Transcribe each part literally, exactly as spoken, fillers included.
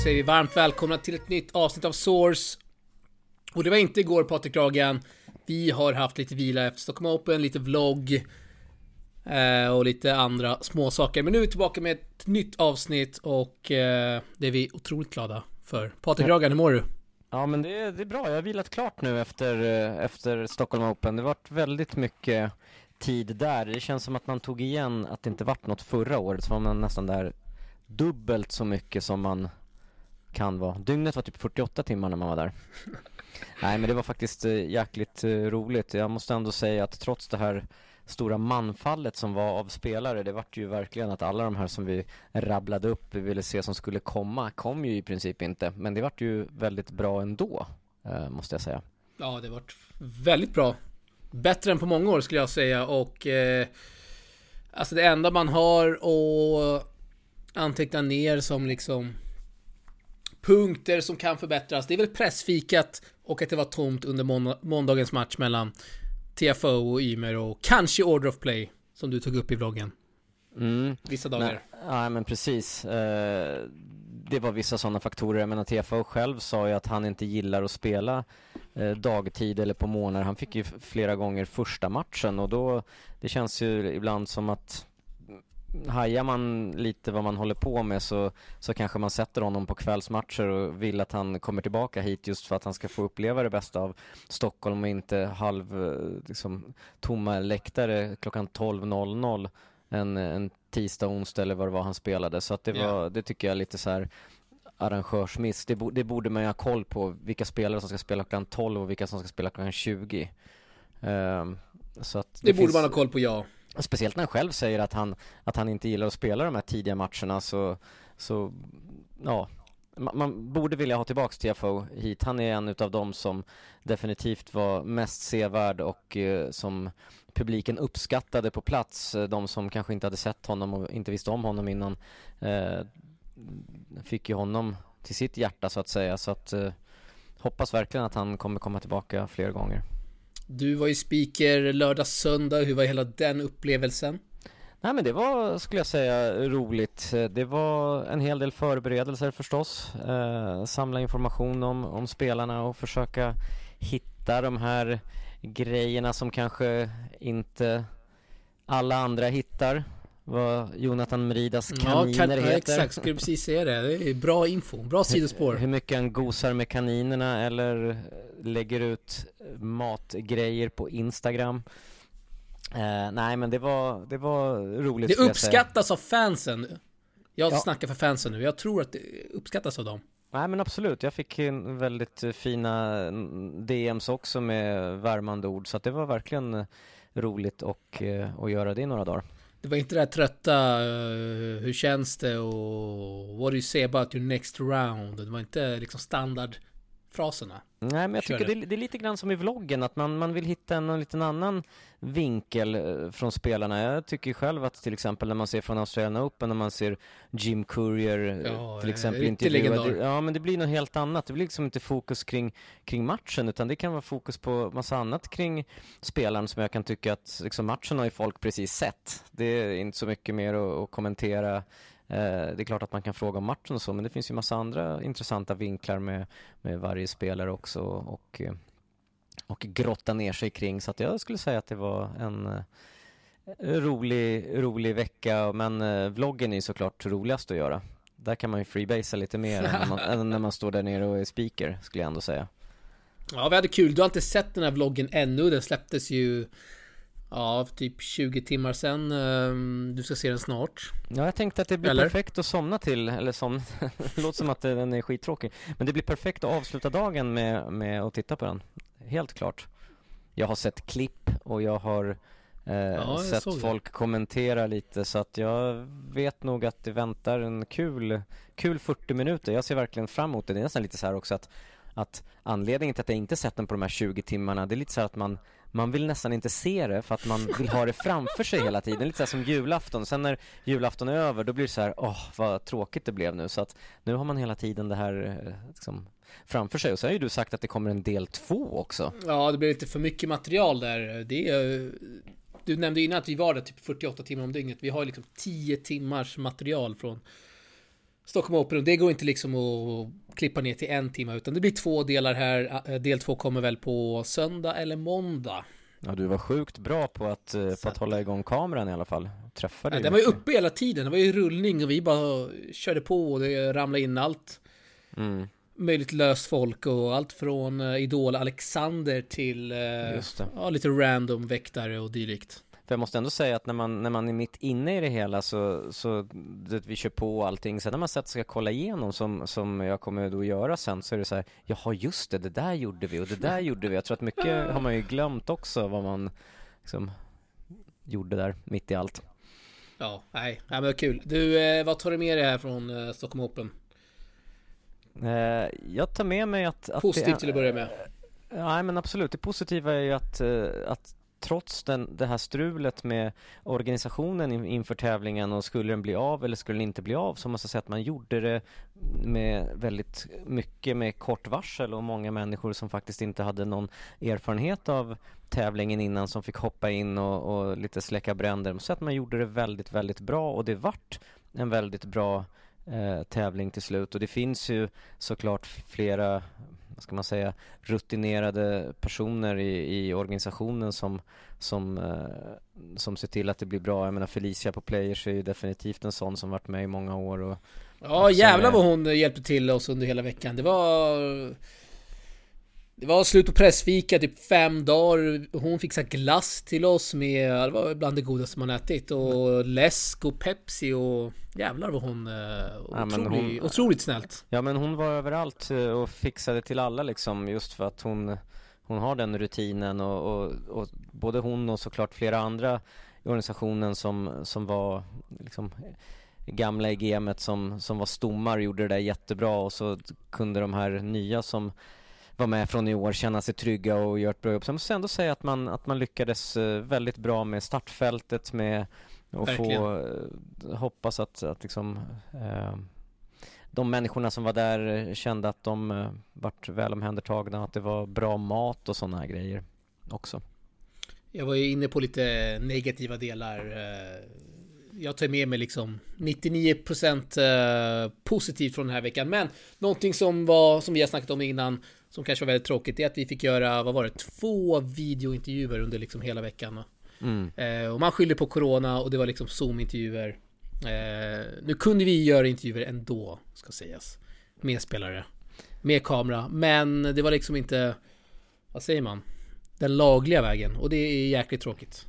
säger vi varmt välkomna till ett nytt avsnitt av Source. Och det var inte igår, Patrik Ragan. Vi har haft lite vila efter Stockholm Open, lite vlogg eh, och lite andra små saker. Men nu är vi tillbaka med ett nytt avsnitt och eh, det är vi otroligt glada för. Patrik Ragan, hur mår du? Ja, men det är, det är bra. Jag har vilat klart nu efter, efter Stockholm Open. Det har varit väldigt mycket tid där. Det känns som att man tog igen att det inte varit något förra året. Så var man nästan där dubbelt så mycket som man kan vara. Dygnet var typ fyrtioåtta timmar när man var där. Nej, men det var faktiskt jäkligt roligt. Jag måste ändå säga att trots det här stora manfallet som var av spelare, det var ju verkligen att alla de här som vi rabblade upp vi ville se som skulle komma, kom ju i princip inte. Men det var ju väldigt bra ändå, måste jag säga. Ja, det var väldigt bra. Bättre än på många år skulle jag säga. Och eh, alltså det enda man har att anteckna ner som liksom punkter som kan förbättras, det är väl pressfikat och att det var tomt under månd- måndagens match mellan T F O och Ymer och kanske Order of Play som du tog upp i vloggen. Mm. Vissa dagar. Nej, ja, men precis. Eh, det var vissa sådana faktorer. Jag menar, T F O själv sa ju att han inte gillar att spela eh, dagtid eller på morgnar. Han fick ju flera gånger första matchen och då, det känns ju ibland som att hajar man lite vad man håller på med så, så kanske man sätter honom på kvällsmatcher och vill att han kommer tillbaka hit just för att han ska få uppleva det bästa av Stockholm och inte halv liksom, tomma läktare klockan tolv noll noll en, en tisdag, onsdag eller vad det var han spelade. Så att det, var, yeah. det tycker jag är lite så här arrangörsmiss. Det, bo, det borde man ju ha koll på vilka spelare som ska spela klockan tolv och vilka som ska spela klockan tjugo. Um, så att det det borde finns... man ha koll på, ja. Speciellt när han själv säger att han, att han inte gillar att spela de här tidiga matcherna så, så ja, man, man borde vilja ha tillbaka T F O hit. Han är en utav dem som definitivt var mest sevärd och eh, som publiken uppskattade på plats. De som kanske inte hade sett honom och inte visste om honom innan eh, fick ju honom till sitt hjärta så att säga. Så att eh, hoppas verkligen att han kommer komma tillbaka fler gånger. Du var ju speaker lördag, söndag. Hur var hela den upplevelsen? Nej, men det var, skulle jag säga, roligt. Det var en hel del förberedelser förstås. Eh, samla information om, om spelarna och försöka hitta de här grejerna som kanske inte alla andra hittar. Vad Jonathan Meridas kaniner ja, kan, heter. Ja, exakt. Skulle precis säga det. Det är bra info. Bra sidospår. Hur, hur mycket han gosar med kaninerna eller lägger ut matgrejer på Instagram. Eh, nej, men det var, det var roligt. Det uppskattas av fansen. Jag ja. snackar för fansen nu. Jag tror att det uppskattas av dem. Nej, men absolut. Jag fick en väldigt fina D M's också med värmande ord. Så att det var verkligen roligt och, att göra det i några dagar. Det var inte det här trötta, uh, hur känns det och what do you say about your next round? Det var inte liksom standardfraserna. Nej, men jag tycker det är, det är lite grann som i vloggen att man, man vill hitta en, en liten annan vinkel från spelarna. Jag tycker själv att till exempel när man ser från Australian Open, när man ser Jim Courier ja, till exempel intervjuad, ja, men det blir något helt annat. Det blir liksom inte fokus kring, kring matchen utan det kan vara fokus på massa annat kring spelaren som jag kan tycka att liksom, matchen har ju folk precis sett. Det är inte så mycket mer att, att kommentera. Det är klart att man kan fråga om matchen och så, men det finns ju massa andra intressanta vinklar med, med varje spelare också och, och grotta ner sig kring. Så att jag skulle säga att det var en rolig, rolig vecka, men vloggen är såklart roligast att göra. Där kan man ju freebasea lite mer än, när man, än när man står där nere och är speaker, skulle jag ändå säga. Ja, vi hade kul. Du har inte sett den här vloggen ännu. Den släpptes ju ja, typ tjugo timmar sen. Du ska se den snart. Ja, jag tänkte att det blir eller? perfekt att somna till. Eller som, det låter som att den är skittråkig. Men det blir perfekt att avsluta dagen med, med att titta på den. Helt klart. Jag har sett klipp och jag har eh, ja, sett folk det. kommentera lite. Så att jag vet nog att det väntar en kul, kul fyrtio minuter. Jag ser verkligen fram emot det. Det är nästan lite så här också att, att anledningen till att jag inte sett den på de här tjugo timmarna, det är lite så här att man Man vill nästan inte se det för att man vill ha det framför sig hela tiden. Lite så här som julafton. Sen när julafton är över, då blir det så här, åh, vad tråkigt det blev nu. Så att nu har man hela tiden det här liksom, framför sig. Och så har ju du sagt att det kommer en del två också. Ja, det blir lite för mycket material där. Det är, du nämnde innan att vi var där typ fyrtioåtta timmar om dygnet. Vi har liksom tio timmars material från Stockholm Open, och det går inte liksom att klippa ner till en timme, utan det blir två delar här. Del två kommer väl på söndag eller måndag. Ja, du var sjukt bra på att, på att hålla igång kameran i alla fall. Träffade ja, den var ju uppe hela tiden, det var ju rullning och vi bara körde på och det ramlade in allt. Mm. Möjligt löst folk och allt från Idol Alexander till ja, lite random väktare och dylikt. För jag måste ändå säga att när man, när man är mitt inne i det hela så, så det, vi kör på allting. Sen när man sätter ska kolla igenom som, som jag kommer då göra sen, så är det så här, jaha just det, det där gjorde vi och det där gjorde vi. Jag tror att mycket har man ju glömt också vad man liksom gjorde där mitt i allt. Ja, nej, nej men kul. Du, eh, vad tar du med dig här från eh, Stockholm Open? Eh, jag tar med mig att... att Positivt det, till att börja med. Eh, nej men absolut, det positiva är ju att, eh, att trots den, det här strulet med organisationen in, inför tävlingen och skulle den bli av eller skulle den inte bli av, så måste jag säga att man gjorde det med väldigt mycket med kort varsel och många människor som faktiskt inte hade någon erfarenhet av tävlingen innan som fick hoppa in och, och lite släcka bränder. Så att man gjorde det väldigt, väldigt bra och det vart en väldigt bra eh, tävling till slut. Och det finns ju såklart flera, vad ska man säga, rutinerade personer i, i organisationen som, som, eh, som ser till att det blir bra. Jag menar Felicia på Players är ju definitivt en sån som varit med i många år. Och, ja, jävlar vad hon hjälpte till oss under hela veckan. Det var... Det var slut på pressfika typ fem dagar. Hon fixade glass till oss med, det var bland det godaste man ätit. Och läsk och Pepsi och jävlar vad hon, ja, otrolig, hon otroligt snällt. Ja men hon var överallt och fixade till alla liksom, just för att hon, hon har den rutinen och, och, och både hon och såklart flera andra i organisationen som, som var liksom gamla i gamet som, som var stommar och gjorde det där jättebra, och så kunde de här nya som var med från i år känna sig trygga och göra ett bra jobb. Så jag måste ändå säga att man, att man lyckades väldigt bra med startfältet med att få hoppas att, att liksom, eh, de människorna som var där kände att de eh, vart väl omhändertagna, att det var bra mat och sådana här grejer också. Jag var ju inne på lite negativa delar. Jag tar med mig liksom nittionio procent positivt från den här veckan. Men någonting som var, som vi har snackat om innan, som kanske var väldigt tråkigt, är att vi fick göra, vad var det, två videointervjuer under liksom hela veckan. Mm. Eh, och man skyller på corona och det var liksom Zoom-intervjuer. Eh, nu kunde vi göra intervjuer ändå, ska sägas. Med spelare, med kamera. Men det var liksom inte, vad säger man, den lagliga vägen. Och det är jäkligt tråkigt.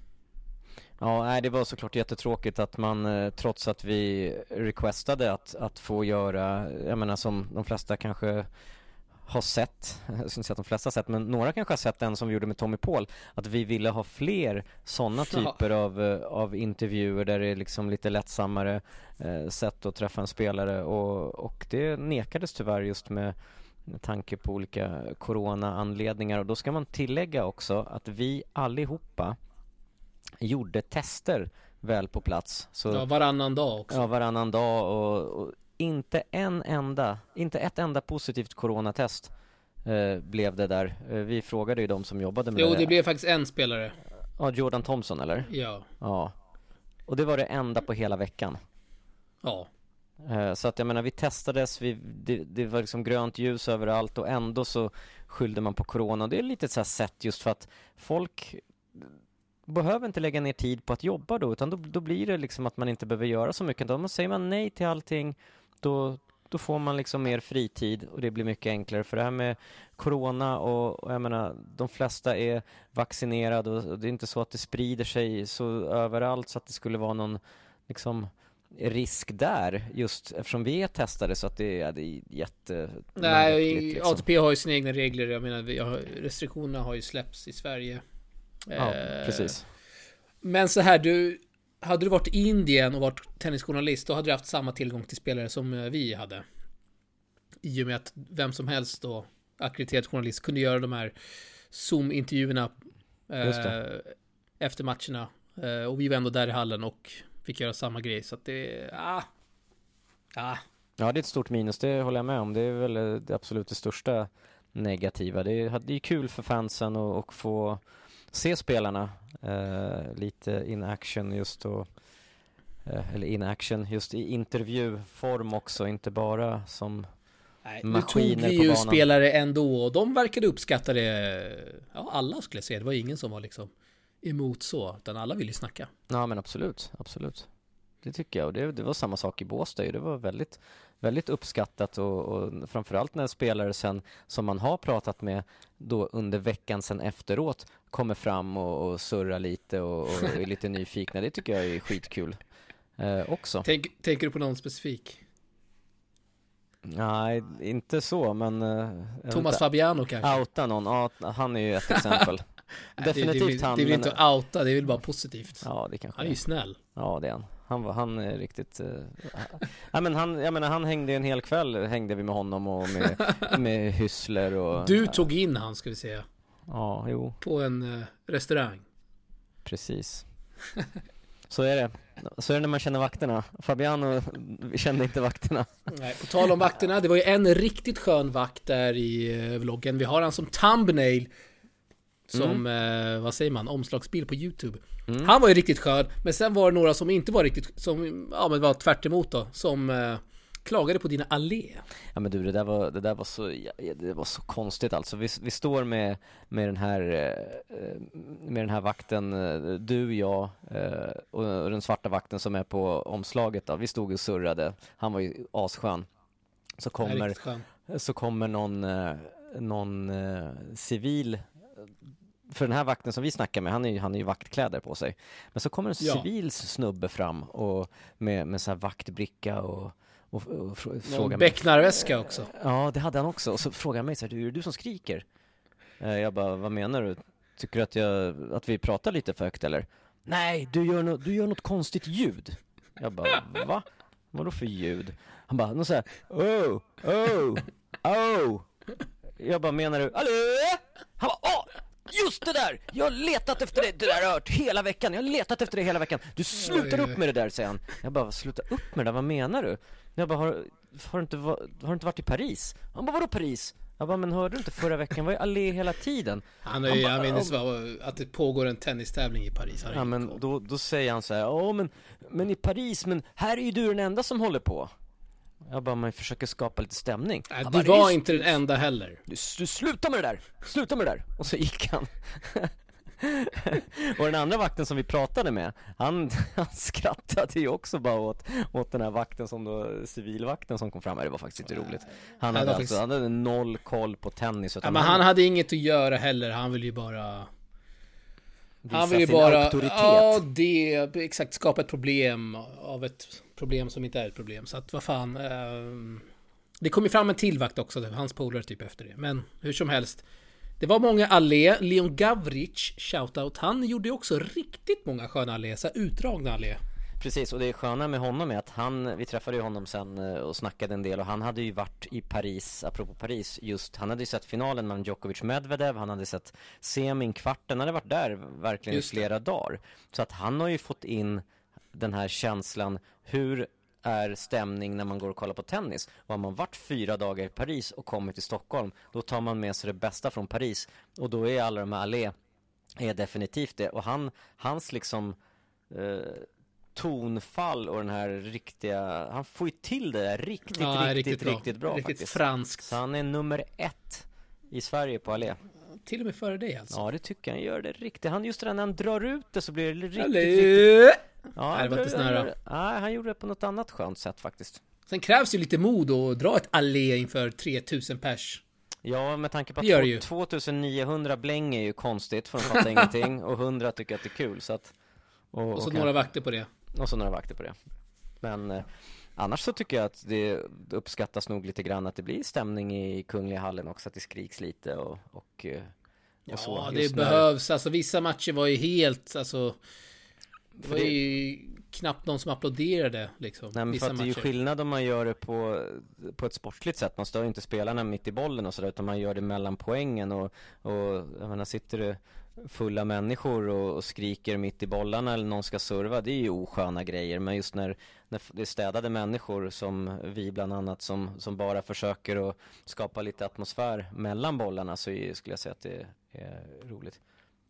Ja, nej, det var såklart jättetråkigt att man, trots att vi requestade att, att få göra, jag menar som de flesta kanske har sett, jag ska inte säga att de flesta har sett, men några kanske har sett den som vi gjorde med Tommy Paul, att vi ville ha fler sådana typer ja. av, av intervjuer där det är liksom lite lättsammare eh, sätt att träffa en spelare, och, och det nekades tyvärr just med tanke på olika corona-anledningar. Och då ska man tillägga också att vi allihopa gjorde tester väl på plats. Så, ja, varannan dag också. Ja, varannan dag och, och inte en enda, inte ett enda positivt coronatest eh, blev det där. Eh, vi frågade ju de som jobbade med jo, det. Jo, det blev faktiskt en spelare. Ja, Jordan Thompson, eller? Ja. Ja. Och det var det enda på hela veckan. Ja. Eh, så att jag menar, vi testades, vi, det, det var liksom grönt ljus överallt, och ändå så skyllde man på corona. Det är lite så här sätt just för att folk behöver inte lägga ner tid på att jobba då, utan då, då blir det liksom att man inte behöver göra så mycket. Då säger man nej till allting, då, då får man liksom mer fritid och det blir mycket enklare. För det här med corona och, och jag menar, de flesta är vaccinerade och det är inte så att det sprider sig så överallt så att det skulle vara någon liksom risk där, just eftersom vi är testade, så att det, ja, det är jätte... Nej, liksom. A T P har ju sina egna regler. Jag menar, vi har, restriktionerna har ju släppts i Sverige. Ja, eh, precis. Men så här, du hade du varit i Indien och varit tennisjournalist, då hade du haft samma tillgång till spelare som vi hade. I och med att vem som helst då, ackrediterad journalist, kunde göra de här Zoom-intervjuerna eh, efter matcherna. Eh, och vi var ändå där i hallen och fick göra samma grej, så att det ah, ah. Ja, det är ett stort minus, det håller jag med om. Det är väl det absolut det största negativa. Det är, det är kul för fansen och, och få se spelarna eh, lite in action just, och eh, eller in action, just i intervjuform också, inte bara som Nej, maskiner nu tog vi på ju banan. spelare ändå och de verkade uppskatta det. Ja, alla skulle jag säga. Det var ingen som var liksom emot så, utan alla ville ju snacka. Ja, men absolut, absolut. Det tycker jag, och det, det var samma sak i Båstad. Det var väldigt, väldigt uppskattat och, och framförallt när spelare sen som man har pratat med då under veckan sen efteråt kommer fram och, och surrar lite och, och är lite nyfikna. Det tycker jag är skitkul eh, också. Tänk, tänker du på någon specifik? Nej, inte så, men eh, Thomas Fabiano kanske? Outa någon, ja, han är ju ett exempel. Definitivt det, det, det, han. Det är väl men, inte att outa, det är väl bara positivt. Ja, det kanske Han är ju snäll. Ja, det är han. Han, var, han är riktigt... Uh, ja, men han, jag menar, han hängde en hel kväll, hängde vi med honom och med, med Hyssler och... Du tog in han, ska vi säga. Ja, jo. På en uh, restaurang. Precis. Så är det. Så är det när man känner vakterna. Fabiano kände inte vakterna. Nej, på tal om vakterna, det var ju en riktigt skön vakt där i uh, vloggen. Vi har han som thumbnail. Som, mm. eh, vad säger man, omslagsbild på YouTube. Mm. Han var ju riktigt skön. Men sen var det några som inte var riktigt, som ja, men var tvärt emot då. Som eh, klagade på dina allé. Ja, men du, det där var, det där var så ja, det var så konstigt alltså. Vi, vi står med, med den här eh, med den här vakten, du, jag eh, och den svarta vakten som är på omslaget då. Vi stod och surrade. Han var ju asskön. Så kommer, så kommer någon, eh, någon eh, civil. För den här vakten som vi snackar med, han är ju, han är ju vaktkläder på sig. Men så kommer en ja. civil snubbe fram och med, med så här vaktbricka och, och, och frågar mig. Becknarväska också. Ja, det hade han också. Och så frågar han mig så här, är det du som skriker? Jag bara, vad menar du? Tycker du att, jag, att vi pratar lite för högt eller? Nej, du gör, no, du gör något konstigt ljud. Jag bara, va? Vadå för ljud? Han bara, någon så här, oh, oh, oh. Jag bara, menar du, hallå? Han bara, åh! Just det där! Jag har letat efter det, det där har jag hört hela veckan. Jag har letat efter det hela veckan. Du slutar upp med det där, säger han. Jag bara, sluta upp med det där, vad menar du? Jag bara, har, har, du, inte, har du inte varit i Paris? Han bara, vadå Paris? Jag bara, men hörde du inte förra veckan? Var ju allé hela tiden. Han är ju, jag minns att det pågår en tennistävling i Paris. Ja, men då, då säger han så här, ja men, men i Paris, men här är ju du den enda som håller på. Jag bara, man försöker skapa lite stämning. Nej, du var just, inte den enda heller. Du, du sluta med det där. Sluta med det där. Och så gick han. Och den andra vakten som vi pratade med, han, han skrattade ju också bara åt, åt den här vakten som då, civilvakten som kom fram. Det var faktiskt inte roligt. Han hade, alltså, faktiskt... han hade noll koll på tennis. Ja, men han hade inget att göra heller. Han ville ju bara... Han vill ju bara, auktoritet. Ja, det, exakt, skapa ett problem av ett problem som inte är ett problem. Så att vad fan, eh, det kom ju fram en tillvakt också, hans polare typ efter det. Men hur som helst, det var många allé. Leon Gavric, shoutout, han gjorde ju också riktigt många sköna allé, så utdragna allé. Precis, och det är sköna med honom är att han, vi träffade ju honom sen och snackade en del, och han hade ju varit i Paris, apropå Paris, just, han hade ju sett finalen med Djokovic Medvedev, han hade sett semin, kvarten, han hade varit där verkligen just i flera det. dagar. Så att han har ju fått in den här känslan, hur är stämning när man går och kollar på tennis. Och har man varit fyra dagar i Paris och kommit till Stockholm, då tar man med sig det bästa från Paris, och då är alla de här allé är definitivt det. Och han, hans liksom eh, tonfall och den här riktiga, han får ju till det där riktigt, ja, riktigt, riktigt bra, riktigt bra riktigt faktiskt. Franskt. Så han är nummer ett i Sverige på allé. Till och med före dig alltså. Ja, det tycker jag, han gör det riktigt. Han just det, när han drar ut det så blir det riktigt, Allé. riktigt... Ja, Nej, det var inte snära. Nej, han gjorde det på något annat skönt sätt faktiskt. Sen krävs ju lite mod att dra ett allé inför tre tusen pers. Ja, med tanke på att tjugoniohundra bläng är ju konstigt, för de fattar ingenting, och hundra tycker att det är kul, så att... Och, och så okay. några vakter på det. Och så några vakter på det. Men eh, annars så tycker jag att det uppskattas nog lite grann att det blir stämning i Kungliga hallen också, att det skriks lite och, och, och ja, så. Ja, det behövs. Alltså vissa matcher var ju helt, alltså... Det var ju knappt någon som applåderade liksom. Nej, men för att det är ju skillnad om man gör det på, på ett sportligt sätt. Man stör ju inte spelarna mitt i bollen och sådär, utan man gör det mellan poängen. Och, och jag menar, sitter det fulla människor och, och skriker mitt i bollarna eller någon ska serva, det är ju osköna grejer. Men just när, när det är städade människor som vi bland annat, som, som bara försöker att skapa lite atmosfär mellan bollarna, så är, skulle jag säga att det är roligt.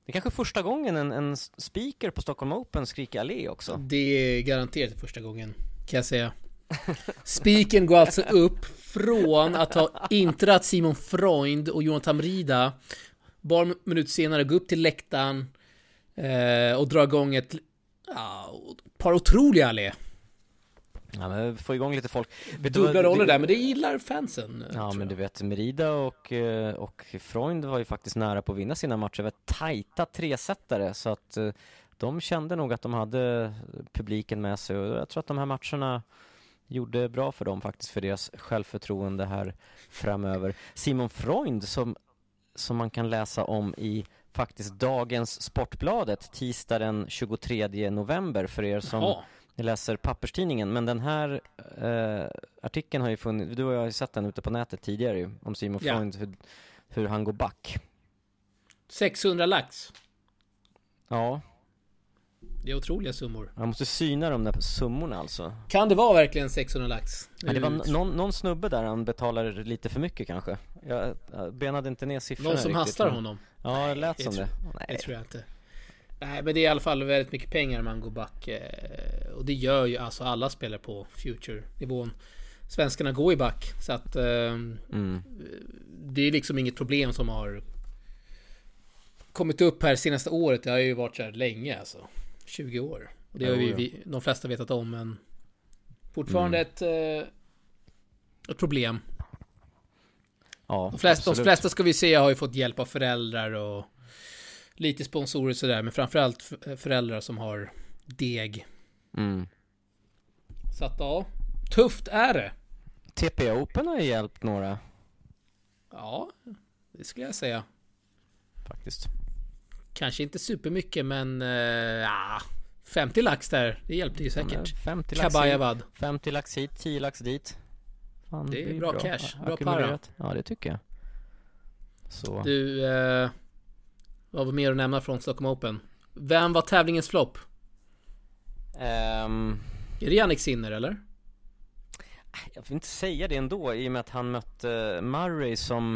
Det är kanske första gången en, en speaker på Stockholm Open skriker allé också. Det är garanterat första gången, kan jag säga. Speakern går alltså upp från att ha intrat Simon Freund och Jonathan Mrida. Bara en minut senare går upp till läktaren eh, och drar igång ett ja, par otroliga allé. Ja, men få igång lite folk. Dubbla roller där, men det gillar fansen. Ja, men du vet, Merida och, och Freund var ju faktiskt nära på att vinna sina matcher. Det var tajta tresättare, så att de kände nog att de hade publiken med sig. Och jag tror att de här matcherna gjorde bra för dem faktiskt, för deras självförtroende här framöver. Simon Freund, som, som man kan läsa om i faktiskt dagens Sportbladet, tisdag den tjugotredje november, för er som... Jaha. Jag läser papperstidningen, men den här eh, artikeln har ju funnits, du och jag har ju sett den ute på nätet tidigare ju, om Simon ja. Freund, hur, hur han går back. sexhundra lax. Ja. Det är otroliga summor. Man måste syna de där summorna alltså. Kan det vara verkligen sexhundra lax? Ja, det var någon, någon snubbe där, han betalar lite för mycket kanske. Jag, jag benade inte ner siffrorna. Någon som riktigt, hastar men... honom? Ja, det lät Nej, som det. Nej. Det tror jag inte. Nej, men det är i alla fall väldigt mycket pengar man går back. Och det gör ju alltså alla spelare på Future-nivån. Svenskarna går i back. Så att mm. det är liksom inget problem som har kommit upp här senaste året. Det har ju varit så här länge alltså. tjugo år. Och det har ju vi, de flesta vetat om, men fortfarande mm. ett, ett problem. Ja, de, flesta, de flesta ska vi säga har ju fått hjälp av föräldrar och lite sponsorer sådär, men framförallt föräldrar som har deg. Mm. Så att ja, tufft är det. T P Open har ju hjälpt några. Ja, det skulle jag säga. Faktiskt. Kanske inte supermycket, men äh, ja, femtio lax där, det hjälpte ju säkert. Ja, femtio Kabajavad. lax hit, femtio lax hit, tio lax dit. Fan, det är, det är bra, bra cash, bra para. Ja, det tycker jag. Så. Du, eh, vad var mer att nämna från Stockholm Open? Vem var tävlingens flopp? Um, är det Jannik Sinner eller? Jag vill inte säga det ändå, i och med att han mötte Murray som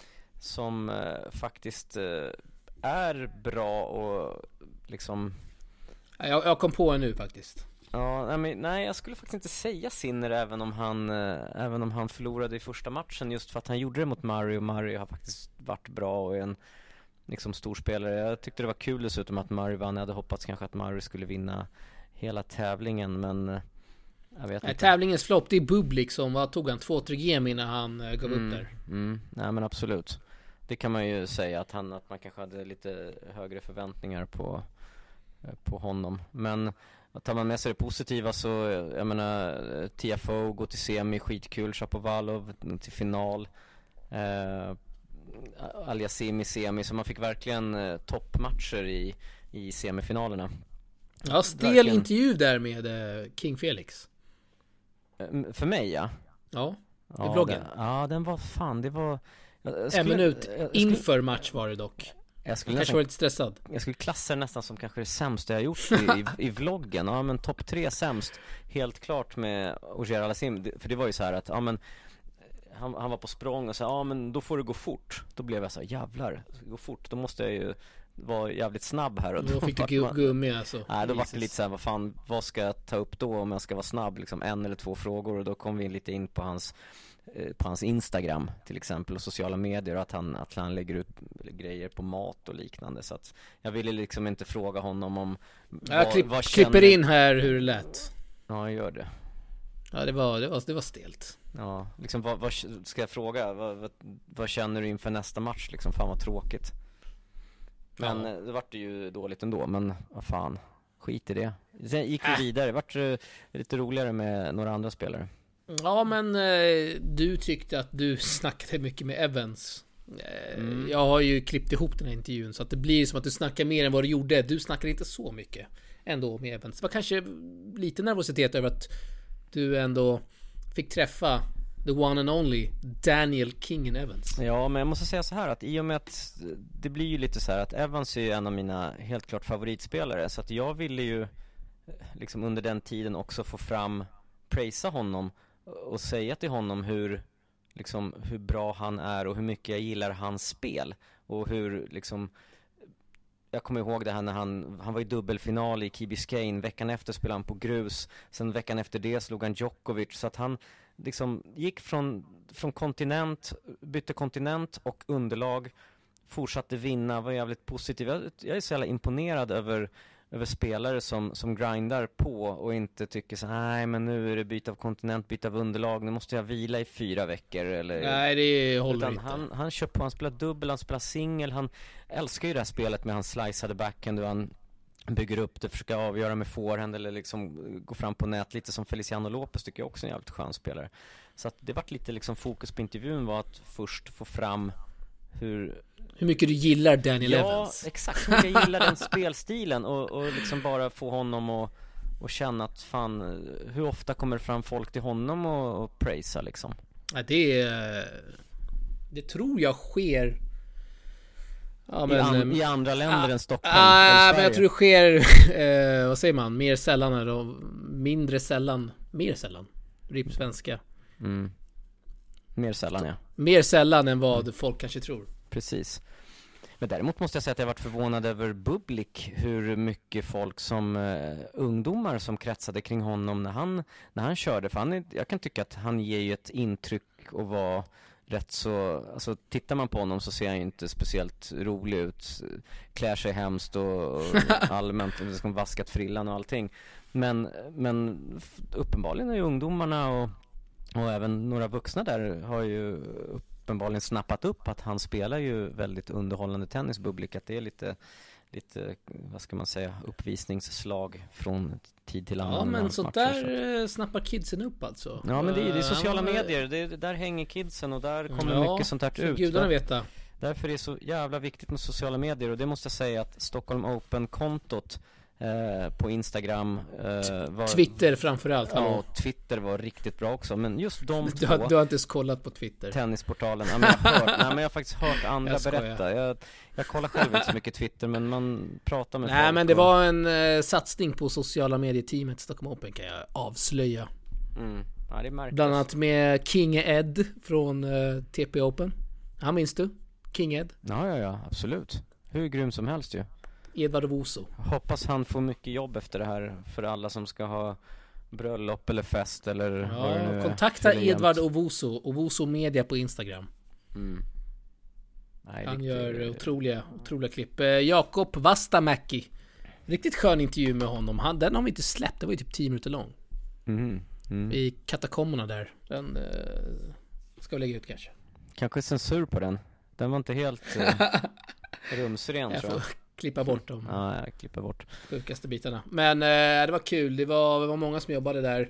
som uh, faktiskt uh, är bra och liksom... Jag, jag kom på en nu faktiskt. Ja, men, nej, jag skulle faktiskt inte säga Sinner även om han uh, även om han förlorade i första matchen, just för att han gjorde det mot Murray, och Murray har faktiskt varit bra och är en liksom storspelare. Jag tyckte det var kul dessutom att Murray vann. Jag hade hoppats kanske att Murray skulle vinna hela tävlingen, men uh, jag vet nej, inte. Tävlingens flopp, det är Bublik som vad tog han två tre game innan han uh, gav mm, upp där. Mm, nej men absolut. Det kan man ju säga att han att man kanske hade lite högre förväntningar på på honom. Men tar man med sig det positiva så, jag menar, T F O går till semi, skitkul. Shapovalov till final. Eh, Aliassime semi, så man fick verkligen eh, toppmatcher i i semifinalerna. Ja, stel verkligen. Intervju där med eh, King Felix. Eh, för mig, ja. Ja, i ja, vloggen. Den, ja, den var fan, det var skulle, en minut skulle, inför match var det dock. Jag skulle kanske nästan, var lite stressad. Jag skulle klassa det nästan som kanske det sämsta jag gjort i, i, i vloggen. Ja, men topp tre sämst. Helt klart med Auger Aliassime. För det var ju så här att ja, men, han, han var på språng och sa ja, men då får det gå fort. Då blev jag så här, jävlar, gå fort. Då måste jag ju vara jävligt snabb här. Och då, då fick du man, gummi alltså. Nej, då var det lite så här, vad fan, vad ska jag ta upp då om jag ska vara snabb? Liksom en eller två frågor, och då kom vi lite in på hans på hans Instagram till exempel och sociala medier, och att han, att han lägger ut grejer på mat och liknande, så att jag ville liksom inte fråga honom om jag vad, klipp, vad känner... klipper in här hur det lät. Ja, jag gör det. Ja, det var, det var, det var stelt. Ja, liksom vad, vad ska jag fråga? Vad, vad, vad känner du inför nästa match liksom? Fan vad tråkigt. Men ja. Det vart ju dåligt ändå, men vad fan, skit i det. Sen gick vi äh. vidare, det vart lite roligare med några andra spelare. Ja, men eh, du tyckte att du snackade mycket med Evans. Eh, mm. Jag har ju klippt ihop den här intervjun, så att det blir som att du snackar mer än vad du gjorde. Du snackade inte så mycket ändå med Evans. Det var kanske lite nervositet över att du ändå fick träffa the one and only Daniel Kingen Evans. Ja, men jag måste säga så här att i och med att det blir ju lite så här att Evans är ju en av mina helt klart favoritspelare, så att jag ville ju liksom under den tiden också få fram, prisa honom och säga till honom hur liksom hur bra han är och hur mycket jag gillar hans spel och hur liksom jag kommer ihåg det här när han, han var i dubbelfinal i Key Biscayne. Veckan efter spelade han på grus. Sen veckan efter det slog han Djokovic. Så att han liksom gick från, från kontinent, bytte kontinent och underlag. Fortsatte vinna, var jävligt positiv. Jag, jag är så jävla imponerad över, över spelare som, som grindar på och inte tycker så nej men nu är det byte av kontinent, byte av underlag, nu måste jag vila i fyra veckor. Eller, nej, det håller inte. Han, han kör på, han spelar dubbel, han spelar singel, han älskar ju det här spelet med hans sliceade backhand och han bygger upp det, försöker avgöra med forehand eller liksom gå fram på nät lite som Feliciano Lopez tycker jag också är en jävligt skön spelare. Så att det vart lite liksom fokus på intervjun var att först få fram hur hur mycket du gillar Daniel ja, Evans. Ja, exakt hur mycket jag gillar den spelstilen och, och liksom bara få honom att och känna att fan, hur ofta kommer fram folk till honom och, och praisa liksom. Ja, det det tror jag sker ja, men, I, an, i andra länder ah, än Stockholm ah, men jag tror det sker eh, vad säger man, mer sällan eller mindre sällan, mer sällan rip svenska. Mm. Mer sällan, ja. Mer sällan än vad mm. folk kanske tror. Precis. Men däremot måste jag säga att jag varit förvånad över Bublik, hur mycket folk som uh, ungdomar som kretsade kring honom när han, när han körde. För han, jag kan tycka att han ger ju ett intryck och var rätt så, alltså tittar man på honom så ser han ju inte speciellt rolig ut, klär sig hemskt och, och allmänt liksom vaskat frillan och allting. Men, men uppenbarligen är ju ungdomarna och, och även några vuxna där har ju uppenbarligen snappat upp att han spelar ju väldigt underhållande tennis, Bublik, att det är lite lite, vad ska man säga, uppvisningsslag från tid till annan. Ja, men sånt där så. Snappar kidsen upp alltså. Ja, men det är, det är sociala ja, medier, det är, där hänger kidsen och där kommer ja, mycket sånt här ut. Gudarna veta. Därför är det så jävla viktigt med sociala medier och det måste jag säga att Stockholm Open-kontot Eh, på Instagram eh, var, Twitter framförallt. Ja, Twitter var riktigt bra också. Men just de du, två har, du har inte ens kollat på Twitter. Tennisportalen, ja, men jag, har hört, nej, men jag har faktiskt hört andra jag berätta jag, jag kollar själv inte så mycket Twitter, men man pratar med nej, folk men det och... var en eh, satsning på sociala medieteamet Stockholm Open, kan jag avslöja. mm. Ja, det är bland annat med King Ed från eh, T P Open. Han minns du? King Ed? Ja, ja, ja, absolut. Hur grym som helst ju. Edvard Ovoso. Hoppas han får mycket jobb efter det här för alla som ska ha bröllop eller fest eller ja, vad det nu kontakta är. Edvard Ovoso, Ovoso Media på Instagram. Mm. Nej, han riktigt, gör det... otroliga, otroliga klipp. Jakob Vastamäki. Riktigt skön intervju med honom. Han, den har vi inte släppt, det var ju typ tio minuter lång. Mm. Mm. I katakommerna där. Den eh, ska vi lägga ut kanske. Kanske censur på den. Den var inte helt eh, rumsren jag tror jag. Klippa bort dem. Ja, jag klipper bort sjukaste bitarna. Men eh, det var kul. Det var, det var många som jobbade där.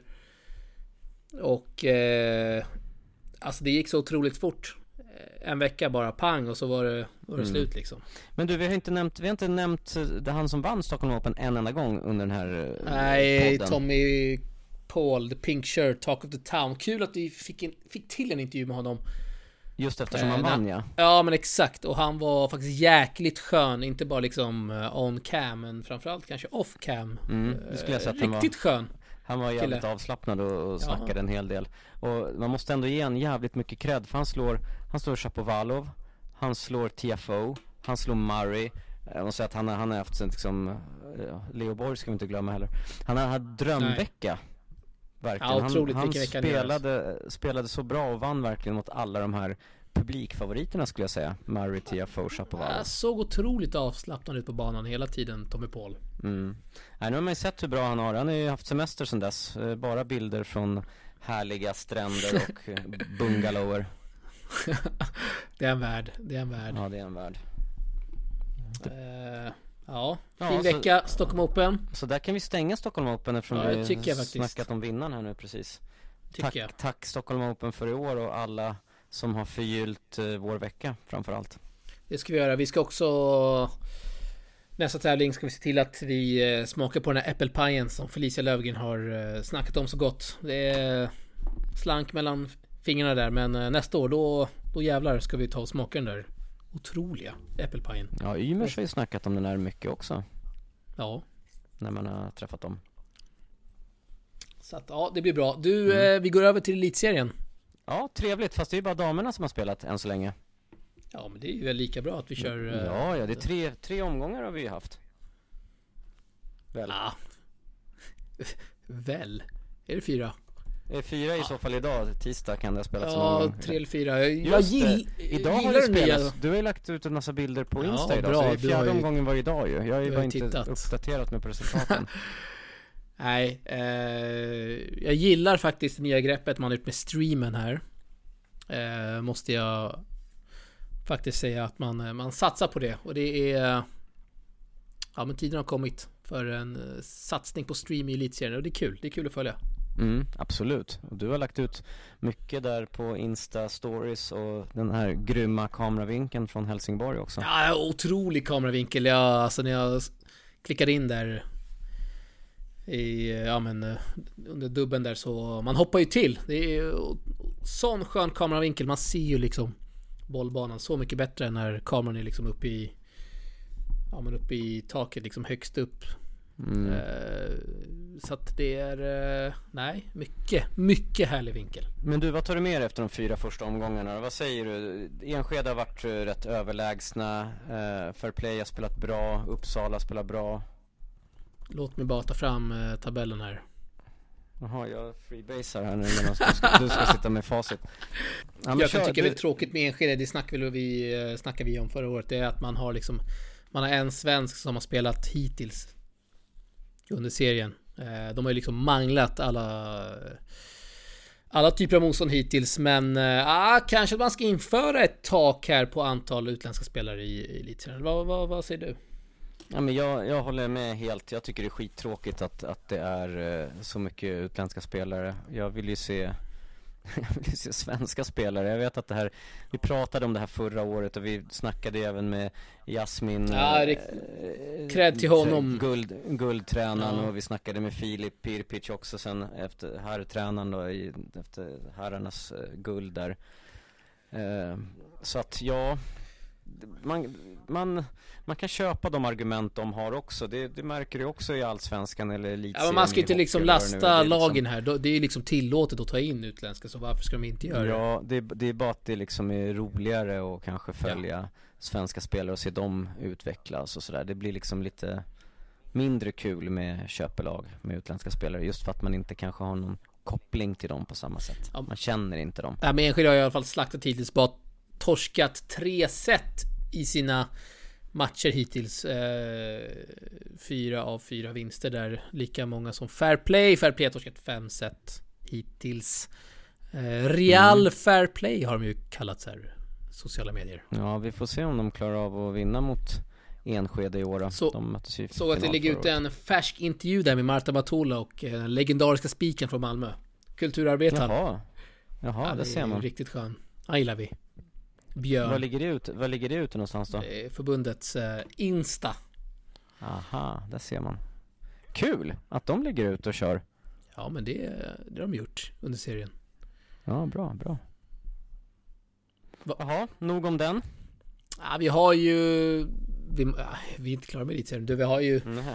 Och eh, alltså det gick så otroligt fort. En vecka bara pang och så var det, var det mm. slut liksom. Men du, vi har inte nämnt vi har inte nämnt det han som vann Stockholm Open en enda gång under den här nej, podden. Tommy Paul, the pink shirt, talk of the town. Kul att vi fick, in, fick till en intervju med honom. Just eftersom han vann, ja. Ja, men exakt. Och han var faktiskt jäkligt skön. Inte bara liksom on cam, men framförallt kanske off cam. Mm, det skulle jag säga att han riktigt var, skön. Han var jävligt kille. avslappnad och, och snackade ja. en hel del. Och man måste ändå ge en jävligt mycket cred. För han slår, han slår Shapovalov. Han slår T F O. Han slår Murray. Jag måste säga att han, han har haft liksom, Leo Borg ska vi inte glömma heller. Han har haft drömvecka. Nej. Verkligen. Ja, otroligt, han han spelade, spelade så bra och vann verkligen mot alla de här publikfavoriterna skulle jag säga. Murray, T F O, Shapovalov. Jag såg otroligt avslappnad ut på banan hela tiden, Tommy Paul. Mm. Nej, nu har man ju sett hur bra han har. Han har ju haft semester sedan dess. Bara bilder från härliga stränder och bungalower. Det är en värld. Det är en värld. Ja, det är en värld. Uh, ja, fin ja, vecka, så, Stockholm Open. Så där kan vi stänga Stockholm Open eftersom ja, vi har snackat om vinnaren här nu precis. Tack, jag. tack Stockholm Open för i år och alla som har förgyllt uh, vår vecka framförallt. Det ska vi göra. Vi ska också nästa tävling ska vi se till att vi eh, smakar på den här äppelpajen som Felicia Löfgren har eh, snackat om så gott. Det är slank mellan fingrarna där, men eh, nästa år då, då jävlar ska vi ta och smaka den där otroliga äppelpajen. Ja, Ymers har ju snackat om den här mycket också. Ja. När man har träffat dem. Så att, ja, det blir bra. Du, mm. eh, vi går över till elitserien. Ja, trevligt, fast det är ju bara damerna som har spelat än så länge. Ja, men det är ju väl lika bra att vi kör... Ja, ja, det är tre, tre omgångar har vi ju haft. Väl? Ja. Väl? Är det fyra? Det är fyra i ja. så fall idag, tisdag kan det ha spelats en Ja, omgång. tre eller fyra. Jag gill, idag har det spelats. Du har ju lagt ut en massa bilder på Insta ja, idag, bra. Så det är fjärde ju, omgången var idag ju. Jag har ju bara inte tittat. uppdaterat mig på resultaten. Nej, eh, jag gillar faktiskt det nya greppet man har gjort med streamen här. Eh, måste jag faktiskt säga att man, man satsar på det. Och det är... Ja, men tiden har kommit för en satsning på stream i elitserien. Och det är kul, det är kul att följa. Mm, absolut. Och du har lagt ut mycket där på Insta Stories och den här grymma kameravinkeln från Helsingborg också. Ja, otrolig kameravinkel. Ja, alltså när jag klickade in där i, ja men under dubben där så man hoppar ju till. Det är sån skön kameravinkel. Man ser ju liksom bollbanan så mycket bättre än när kameran är liksom uppe i ja men uppe i taket liksom högst upp. Mm. Uh, så att det är uh, nej, mycket, mycket härlig vinkel. Men du, vad tar du med efter de fyra första omgångarna? Vad säger du? Enskede har varit rätt överlägsna, uh, Fair Play har spelat bra, Uppsala har spelat bra. Låt mig bara ta fram uh, tabellen här. Jaha, jag freebasar här nu medan du ska, du ska sitta med facit. Ja, jag kan kör, tycka det är väldigt tråkigt med Enskede. Det snackade vi, uh, snackade vi om förra året. Det är att man har liksom man har en svensk som har spelat hittills under serien. De har ju liksom manglat alla alla typer av motstånd hittills, men ah, kanske man ska införa ett tak här på antal utländska spelare i elitserien. Vad, vad, vad säger du? Ja, men jag, jag håller med helt. Jag tycker det är skittråkigt att, att det är så mycket utländska spelare. Jag vill ju se Jag vill se svenska spelare. Jag vet att det här, vi pratade om det här förra året och vi snackade även med Jasmin, ja, det, eh, cred till honom, guld, guldtränaren, ja. Och vi snackade med Filip Pirpic också sen efter herrtränaren då, i, efter herrarnas eh, guld där. Eh, så att ja, man, man, man kan köpa de argument de har också. Det, det märker du också i Allsvenskan eller elitserien. Ja, man ska inte liksom lasta lagen här. Det är liksom tillåtet att ta in utländska, så varför ska de inte göra det? Ja, det, det är bara att det liksom är roligare att kanske följa ja. svenska spelare och se dem utvecklas och sådär. Det blir liksom lite mindre kul med köpelag med utländska spelare, just för att man inte kanske har någon koppling till dem på samma sätt. Ja. Man känner inte dem. Ja, men Enskede har i alla fall slaktat hittills, bara torskat tre set i sina matcher hittills. Eh, fyra av fyra vinster där. Lika många som Fair Play. Fair Play har torskat fem set hittills. Eh, Real mm. Fair Play har de ju kallats här. Sociala medier. Ja, vi får se om de klarar av att vinna mot Enskede i år. Så, de så att det ligger ute en färsk intervju där med Marta Batola och den eh, legendariska spiken från Malmö. Kulturarbetaren. Jaha, Jaha ja, det, det ser man. Riktigt skön. Han gillar vi. Björn. Vad ligger det ut? Vad ligger det ut någonstans då? Förbundets eh, Insta. Aha, där ser man. Kul att de ligger ut och kör. Ja, men det, det har de gjort under serien. Ja, bra, bra. Va? Jaha, nog om den. Ja, vi har ju vi, ja, vi är inte klara med det serien. Du, vi har ju Nej.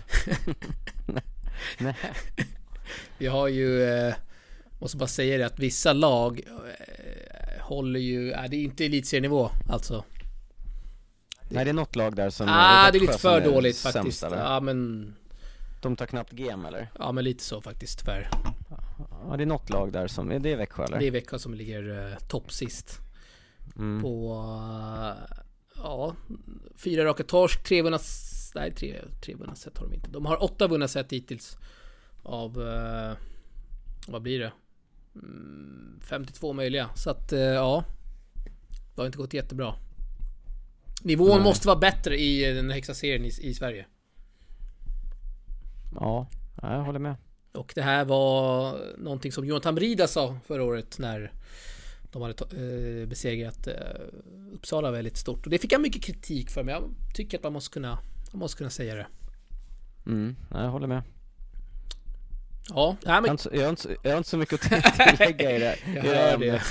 Nej. Vi har ju eh, måste bara säga det att vissa lag eh, håller ju, är det är inte elitserienivå alltså. Nej, det är något lag där som ah, är det är lite för dåligt sämst, faktiskt. Eller? Ja, men de tar knappt G M eller? Ja, men lite så faktiskt tyvärr. Ja, det är något lag där som, är det Växjö eller? Det är Växjö som ligger eh, topp sist. Mm. På uh, ja, fyra raka torsk, tre vunna, nej tre, tre vunna set har de inte. De har åtta vunna set hittills av uh, vad blir det? Mm, femtiotvå möjliga. Så att uh, ja, det har inte gått jättebra. Nivån Nej. måste vara bättre i den högsta serien i, i Sverige. Ja, jag håller med. Och det här var någonting som Jonathan Brida sa förra året när de hade eh, besegrat eh, Uppsala väldigt stort. Och det fick jag mycket kritik för, men jag tycker att man måste kunna, man måste kunna säga det. Mm, jag håller med. Ja, nej, men... jag, har inte, jag, har inte, jag har inte så mycket att tillägga i det. Jag hör det.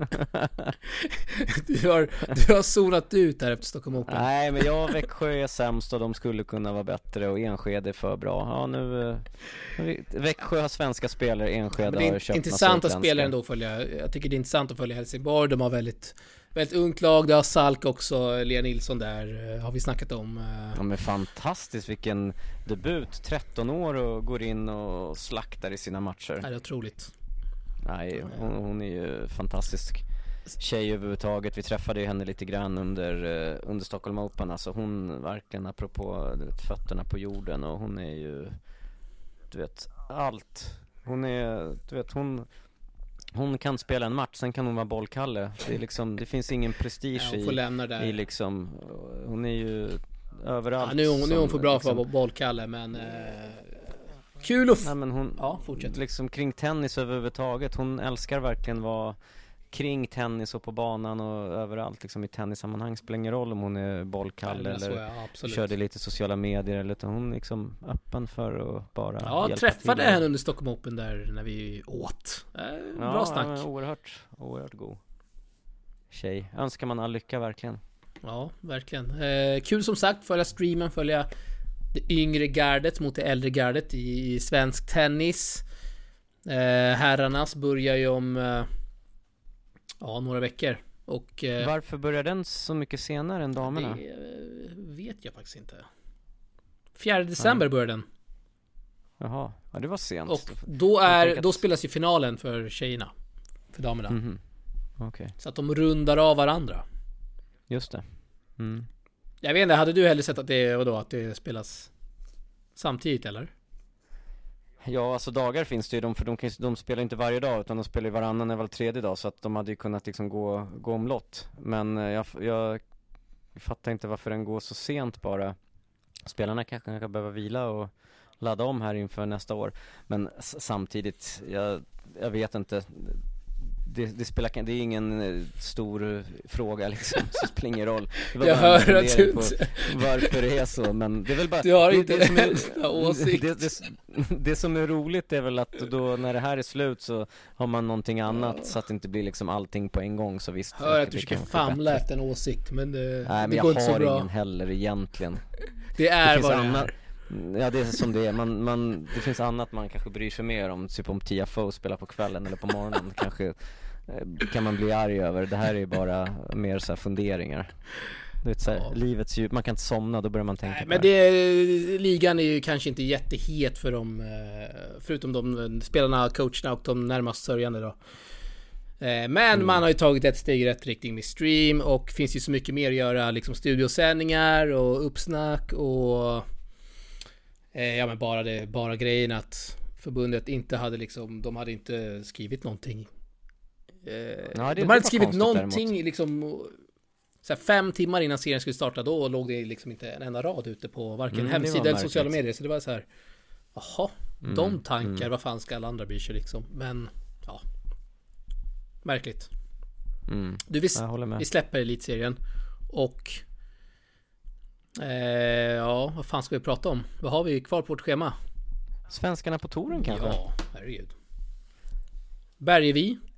du, har, du har zonat ut där efter Stockholm Open. Nej, men jag och Växjö är sämst och de skulle kunna vara bättre och Enskede är för bra. Ja, nu Växjö har svenska spelare, Enskede ja, har köpt intressanta spelare ändå följa. Jag tycker det är intressant att följa Helsingborg. De har väldigt väldigt ungt lag. Det har Salk också, Lea Nilsson där, har vi snackat om. Ja, men fantastiskt, vilken debut. tretton år och går in och slaktar i sina matcher. Det är otroligt. Nej, hon, hon är ju fantastisk tjej överhuvudtaget. Vi träffade ju henne lite grann under, under Stockholm Open. Alltså hon verkligen, apropå vet, fötterna på jorden, och hon är ju, du vet, allt. Hon är, du vet, hon hon kan spela en match, sen kan hon vara bollkalle. Det är liksom, det finns ingen prestige ja, hon får lämna där. I liksom, hon är ju överallt. Ja, nu, nu är hon för bra liksom, för att vara bollkalle, men eh, kul att f- nej, men hon, ja, fortsätt. Liksom kring tennis överhuvudtaget. Hon älskar verkligen vara kring tennis och på banan och överallt liksom, i tennissammanhang. Spelar ingen roll om hon är bollkalle eller jag, körde lite sociala medier eller, utan hon är liksom öppen för att bara ja, jag träffade henne under Stockholm Open där när vi åt eh, ja, bra snack ja, oerhört, oerhört god tjej. Önskar man all lycka verkligen. Ja, verkligen. Eh, kul som sagt, följa streamen, följa det yngre gardet mot det äldre gardet i, i svensk tennis. eh, Herrarnas börjar ju om eh, ja, några veckor. Och, eh, varför börjar den så mycket senare än damerna? Det eh, vet jag faktiskt inte. fjärde december ja. börjar den. Jaha, ja, det var sent. Och då, är, då spelas ju finalen för tjejerna. För damerna. Mm-hmm. Okay. Så att de rundar av varandra. Just det. Mm. Jag vet inte, hade du hellre sett att det, och då, att det spelas samtidigt eller? Ja, alltså dagar finns det ju, de, för de, kan, de spelar inte varje dag utan de spelar ju varannan eller var tredje dag, så att de hade ju kunnat liksom gå, gå omlott. Men jag, jag fattar inte varför den går så sent bara. Spelarna kanske kan behöva vila och ladda om här inför nästa år. Men s- samtidigt, jag, jag vet inte. Det, det, spelar, det är ingen stor fråga liksom, så det spelar ingen roll. Jag hör att du varför det är så, men det är väl bara du har det, inte det, som är, åsikt. Det, det, det som är roligt är väl att då när det här är slut så har man någonting annat, ja. Så att det inte blir liksom allting på en gång, så visst. Hör att du ska famla efter en åsikt, men det, nej, men det jag går inte så bra. Jag har ingen heller egentligen. Det är det vad det annat, är. Ja, det är som det är. Man, man, det finns annat man kanske bryr sig mer om, typ om Tia Foe spelar på kvällen eller på morgonen. Kanske kan man bli arg över. Det här är ju bara mer så här funderingar. Du vet, så här, ja. Livets djup, man kan inte somna, då börjar man tänka. Nej, på men det, ligan är ju kanske inte jättehet för dem, förutom de spelarna, coacherna och de närmast sörjande då. Men mm. man har ju tagit ett steg i rätt riktning med stream, och finns ju så mycket mer att göra, liksom studiosändningar och uppsnack och ja, men bara det, bara grejen att förbundet inte hade liksom, de hade inte skrivit någonting. Ja, de hade skrivit någonting däremot. Liksom så här, fem timmar innan serien skulle starta, då låg det liksom inte en enda rad ute på varken mm, hemsida eller sociala medier, så det var så här, jaha, mm, de tankar, mm. vad fan ska alla andra bry sig liksom, men ja, märkligt. Mm. Du, vi, vi släpper elitserien och eh, ja, vad fan ska vi prata om? Vad har vi kvar på vårt schema? Svenskarna på touren kanske? Ja, herregud. Bergevi.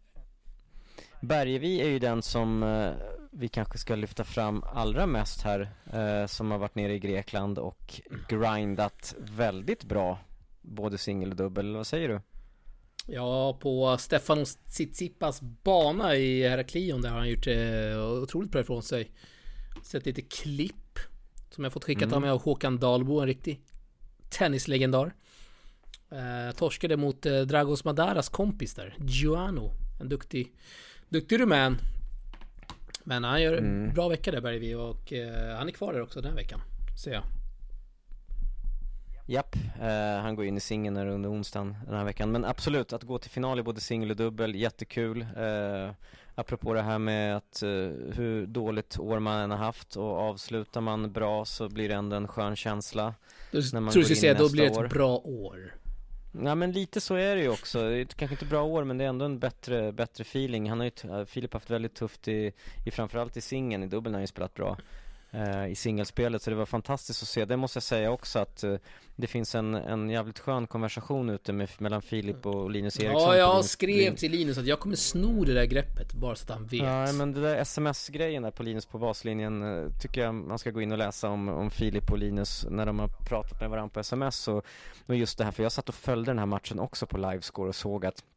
Bergevi är ju den som eh, vi kanske ska lyfta fram allra mest här, eh, som har varit nere i Grekland och grindat väldigt bra, både singel och dubbel. Vad säger du? Ja, på Stefanos Tsitsipas bana i Heraklion, där har han gjort eh, otroligt bra ifrån sig. Sett lite klipp som jag fått skickat mm. av mig av Håkan Dahlbo, en riktig tennislegendar. Eh, torskade mot eh, Dragos Madaras kompis där, Giuano, en duktig duktig rumän. Men han gör en mm. bra vecka där, Bergvi, och eh, han är kvar där också den här veckan, ser jag. Japp, eh, han går in i singeln under onsdagen den här veckan. Men absolut, att gå till final i både singel och dubbel, jättekul. Eh, apropå det här med att eh, hur dåligt år man än har haft, och avslutar man bra så blir det ändå en skön känsla. Du när man tror du säga då blir det ett år. Bra år. Ja, men lite så är det ju också. Det är kanske inte bra år, men det är ändå en bättre, bättre feeling. Han har ju, Filip har haft väldigt tufft i, i framförallt i singeln. I dubbeln har han ju spelat bra eh, i singelspelet, så det var fantastiskt att se. Det måste jag säga också, att eh, det finns en, en jävligt skön konversation ute med, mellan Filip och Linus Eriksson. Ja, jag skrev till Linus att jag kommer sno det där greppet, bara så att han vet. Ja, men det där sms-grejen där på Linus på baslinjen eh, tycker jag man ska gå in och läsa om, om Filip och Linus när de har pratat med varandra på sms. Och, och just det här, för jag satt och följde den här matchen också på livescore och såg att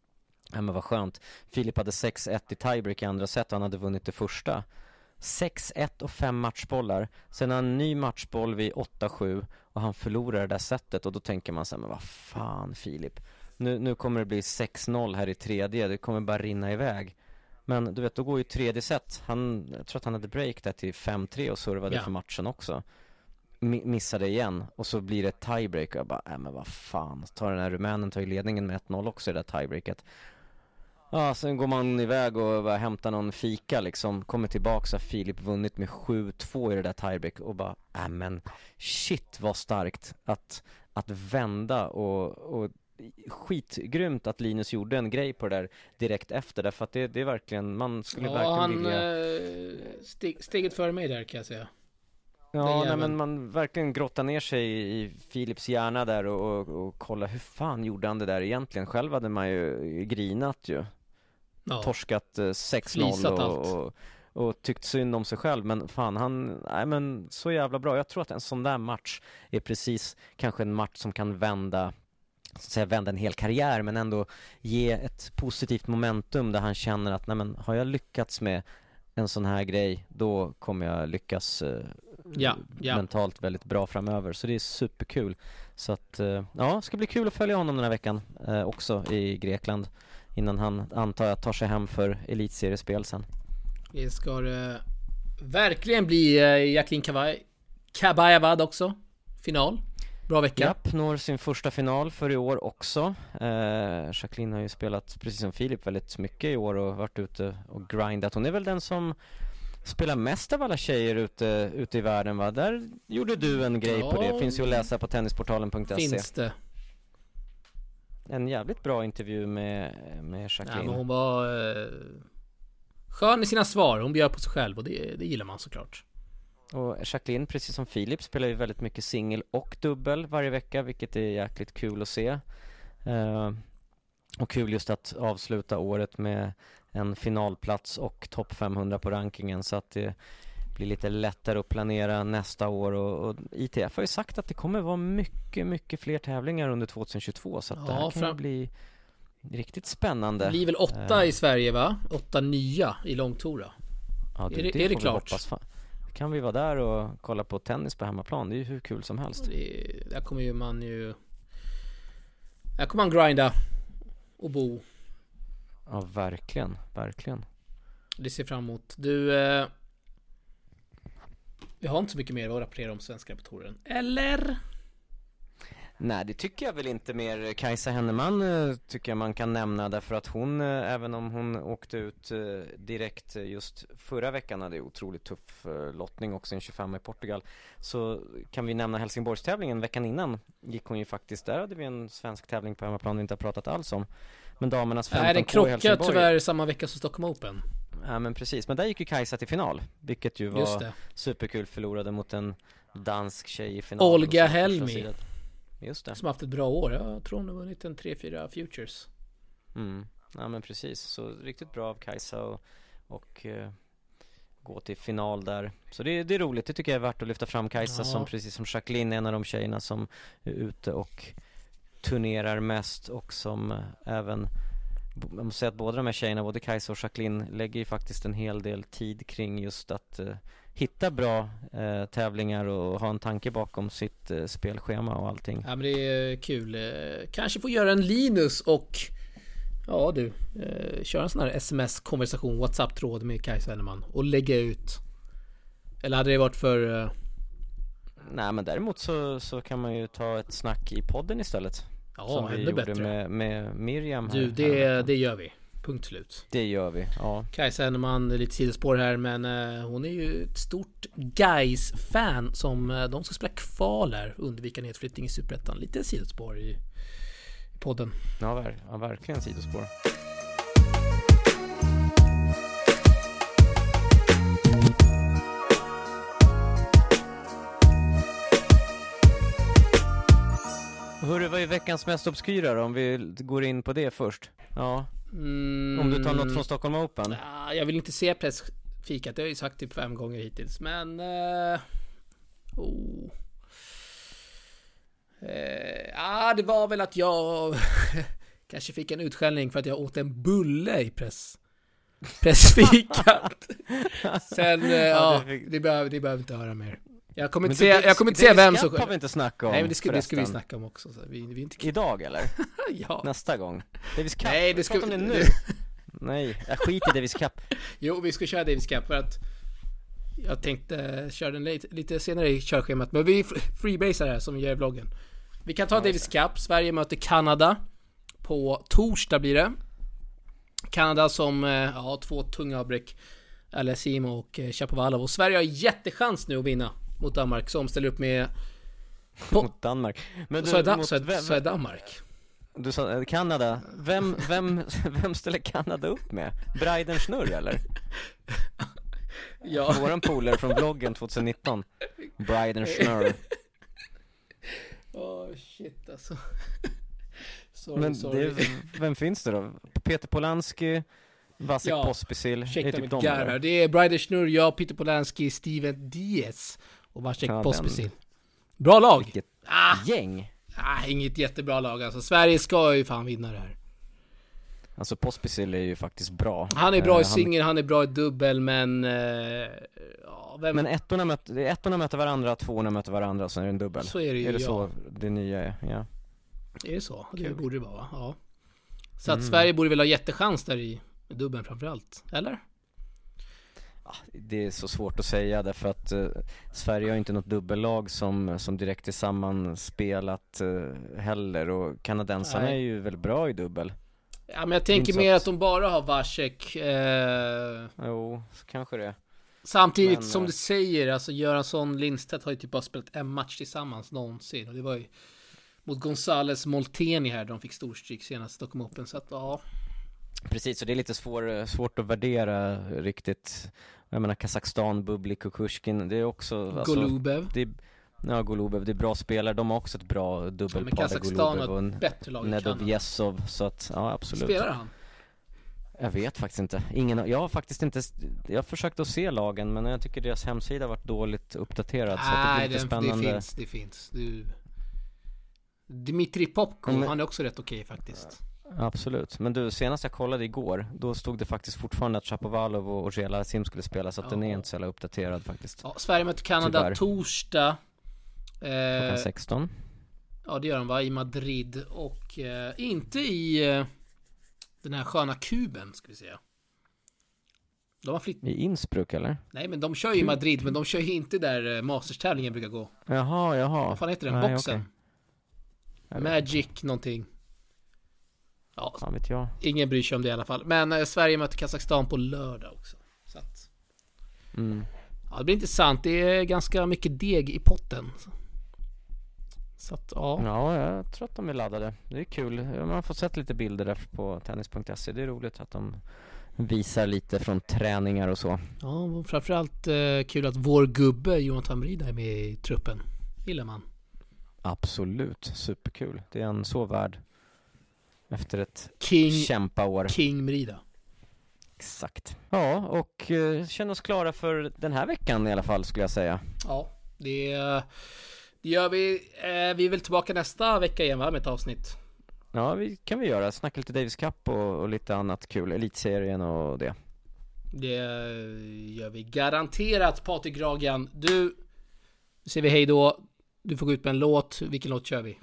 Ja, men vad skönt. Filip hade sex ett i tiebreak i andra set. Han hade vunnit det första. sex ett och fem matchbollar. Sen har han en ny matchboll vid åtta sju och han förlorar det där setet. Och då tänker man så här, men vad fan Filip. Nu, nu kommer det bli sex noll här i tredje. Det kommer bara rinna iväg. Men du vet, då går ju tredje set. Han, jag tror att han hade break där till fem tre och servade ja. för matchen också. M- missade igen. Och så blir det ett tiebreak. Och jag bara, äh, men vad fan. Tar den här rumänen, tar ju ledningen med ett noll också i det där tiebreaket. Ja, sen går man iväg och bara hämtar någon fika liksom. Kommer tillbaka så har Filip vunnit med sju två i det där tiebreak. Och bara, äh, men shit vad starkt att, att vända och... och skitgrymt att Linus gjorde en grej på det där direkt efter, därför att det, det är verkligen, man skulle ja, verkligen han, vilja steg, steget före mig där kan jag säga. Ja, nej, men man verkligen grottar ner sig i, i Philips hjärna där och, och, och kolla hur fan gjorde han det där egentligen. Själv hade man ju grinat ju ja. Torskat eh, sex noll och, och, och tyckt synd om sig själv, men fan han, nej men så jävla bra. Jag tror att en sån där match är precis kanske en match som kan vända så att säga, vända en hel karriär, men ändå ge ett positivt momentum där han känner att nej men, har jag lyckats med en sån här grej, då kommer jag lyckas eh, ja, ja. mentalt väldigt bra framöver. Så det är superkul. Så att, eh, ja, det ska bli kul att följa honom den här veckan eh, också i Grekland innan han, antar jag, tar sig hem för elitseriespel sen. Det ska det verkligen bli. eh, Jacqueline Kabayavad också. Final. Bra vecka. Japp, når sin första final för i år också. Eh, Jacqueline har ju spelat, precis som Filip, väldigt mycket i år och varit ute och grindat. Hon är väl den som spelar mest av alla tjejer ute, ute i världen, va? Där gjorde du en grej ja, på det. Finns ju att läsa på tennisportalen punkt se. Finns det. En jävligt bra intervju med, med Jacqueline. Ja, men hon var eh, skön i sina svar. Hon bjöd på sig själv och det, det gillar man såklart. Och Jacqueline, precis som Filip, spelar ju väldigt mycket singel och dubbel varje vecka, vilket är jäkligt kul att se. Uh, och kul just att avsluta året med en finalplats och topp femhundra på rankingen, så att det blir lite lättare att planera nästa år. Och, och I T F har ju sagt att det kommer vara mycket, mycket fler tävlingar under tjugohundratjugotvå, så att ja, det här kan fram... bli riktigt spännande. Det blir väl åtta uh, i Sverige, va? Åtta nya i långtora. Ja, det, är det, det är det klart? Kan vi vara där och kolla på tennis på hemmaplan? Det är ju hur kul som helst. Det, där kommer ju man ju där kommer man grinda och bo. Ja, verkligen, verkligen. Det ser fram emot. Du eh, vi har inte så mycket mer att rapportera om svenska på touren. Eller? Nej, det tycker jag väl inte mer. Kajsa Henneman eh, tycker jag man kan nämna, därför att hon, eh, även om hon åkte ut eh, direkt eh, just förra veckan, hade otroligt tuff eh, lottning också, en tjugofem i Portugal, så kan vi nämna Helsingborgstävlingen veckan innan. Gick hon ju faktiskt, där hade vi en svensk tävling på hemmaplan vi inte har pratat alls om. Men damernas femton Nej, den krockade tyvärr samma vecka som Stockholm Open. Ja, men precis. Men där gick ju Kajsa till final, vilket ju var superkul. Förlorade mot en dansk tjej i final. Olga Helmi. Just det. Som haft ett bra år. Jag tror hon har vunnit en tre fyra Futures. Mm. Ja, men precis. Så riktigt bra av Kajsa och, och uh, gå till final där. Så det, det är roligt. Det tycker jag är värt att lyfta fram Kajsa, ja. Som precis som Jacqueline är en av de tjejerna som är ute och turnerar mest, och som uh, även, jag måste säga att båda de här tjejerna, både Kajsa och Jacqueline, lägger ju faktiskt en hel del tid kring just att uh, hitta bra eh, tävlingar och ha en tanke bakom sitt eh, spelschema och allting. Ja, men det är kul. Kanske få göra en Linus och ja du, eh, köra en sån här sms-konversation, WhatsApp-tråd med Kajsa Henneman och lägga ut. Eller hade det varit för... Eh... Nej, men däremot så, så kan man ju ta ett snack i podden istället. Ja, som vi gjorde bättre. Med, med Miriam här. Du, det, här det gör vi. Punkt slut. Det gör vi, ja. Kajsa Henneman, lite sidospår här, men eh, hon är ju ett stort Gais-fan som eh, de ska spela kval här, undvika nedflyttning i Superettan. Lite sidospår i, i podden. Ja, ver- ja, verkligen sidospår. Hörru, vad är veckans mest obskyra då, om vi går in på det först? Ja. Mm. Om du tar något från Stockholm Open? Ja, jag vill inte se pressfikat, det har jag ju sagt typ fem gånger hittills. Men uh, oh. uh, Ja, det var väl att jag Kanske fick en utskällning för att jag åt en bulle i press. Pressfikat. Sen, eh, ja, det, fick... det, behöver, det behöver inte höra mer. Jag kommer inte se, jag kommer inte se vem som... har vi inte snackat om. Nej, men det ska, det ska vi snacka om också. Så vi, vi inte... Idag, eller? Ja. Nästa gång. Davis Cup. Nej, det ska vi... om det nu. Nej, jag skiter i Davis Cup. Jo, vi ska köra Davis Cup för att jag tänkte köra den lite, lite senare i körschemat. Men vi freebasar här som vi gör i vloggen. Vi kan ta ja, Davis Cup. Sverige möter Kanada. På torsdag blir det. Kanada som ja, har två tunga avbräck. Aliassime och Shapovalov. Och Sverige har jättechans nu att vinna mot Danmark som ställer upp med på... mot Danmark. Men du, så, är da- mot... så, är, så är Danmark. Du sa Kanada. Vem, vem, vem ställer Kanada upp med? Bryden Schnurr eller? Ja. Våran polare från vloggen tjugonitton. Bryden Schnurr. Åh oh, shit alltså. Sorry, men sorry. Det, vem finns det då? Peter Polanski, Vasek ja, Pospisil. Det är typ de där. Det är Bryden Schnurr, jag, Peter Polanski, Steven Diaz och Vasek ja, Pospisil. Bra lag. Vilket ah. gäng. Ah, inget jättebra lag alltså. Sverige ska ju fan vinna det här. Alltså Pospisil är ju faktiskt bra. Han är bra uh, i singel, han... han är bra i dubbel, men uh, ja, vem... Men ettorna möter, ettorna möter varandra, tvåorna möter varandra och sen är det en dubbel. Så är det ju. Är det ja. så det nya är? Ja. Är det så? Det borde det vara, va? Ja. Så att mm. Sverige borde väl ha jättechans där i dubbeln framförallt, eller? Ja, det är så svårt att säga därför att uh, Sverige har inte något dubbellag som, som direkt är sammanspelat uh, heller, och kanadensarna Nej. är ju väl bra i dubbel. Ja, men jag tänker mer att... att de bara har Vasek. Eh... Jo, kanske det. Samtidigt men, som du säger, alltså Göransson Lindstedt har ju typ bara spelat en match tillsammans någonsin, och det var ju mot Gonzales Molteni här, de fick storstryk senast Stockholm Open, så att ja. Precis, så det är lite svår, svårt att värdera riktigt. Jag menar Kazakstan, Bublik och Kushkin, det är också alltså, Golubev. Det är, ja, Golubev, det är bra spelare, de har också ett bra dubbelpar. Ja, Kazakstan har ett bättre lag än Nedovjesov, så att ja, absolut. Spelar han? Jag vet faktiskt inte. Ingen, jag har faktiskt inte jag har försökt att se lagen, men jag tycker deras hemsida har varit dåligt uppdaterad. Nej, så att det, blir lite det, spännande. det finns, det finns. Du... Dimitri Popko, men... han är också rätt okej faktiskt. Absolut, men du, senast jag kollade igår, då stod det faktiskt fortfarande att Shapovalov och Aliassime skulle spela, så att ja. den är inte så jävla uppdaterad faktiskt. Ja, Sverige möter Kanada Tyvärr. torsdag eh, klockan sexton. Ja, det gör de, va? I Madrid. Och eh, inte i eh, den här sköna kuben, ska vi säga. De har flytt... I Innsbruck, eller? Nej, men de kör ju i Madrid, men de kör ju inte där eh, Masters-tävlingen brukar gå. Jaha, jaha. Vad fan heter den? Nej, boxen? Okay. Magic någonting. Ja, fan vet jag. Ingen bryr sig om det i alla fall. Men eh, Sverige möter Kazakstan på lördag också. Så att... mm. Ja, det blir intressant. Det är ganska mycket deg i potten. Så att, ja. Ja, jag tror att de är laddade. Det är kul. Man har fått sett lite bilder där på tennis punkt se. Det är roligt att de visar lite från träningar och så. Ja, och framförallt eh, kul att vår gubbe Jonathan Brida är med i truppen. Gillar man. Absolut, superkul. Det är en så värd efter ett King, kämpaår. King Brida. Exakt. Ja, och eh, känner oss klara för den här veckan i alla fall, skulle jag säga. Ja, det, det gör vi. Eh, vi är väl tillbaka nästa vecka igen, va, med ett avsnitt. Ja, vi kan vi göra. Snacka lite Davis Cup och, och lite annat kul. Elitserien och det. Det gör vi garanterat, Patrik Gragan. Du, nu säger vi hej då. Du får gå ut med en låt. Vilken låt kör vi?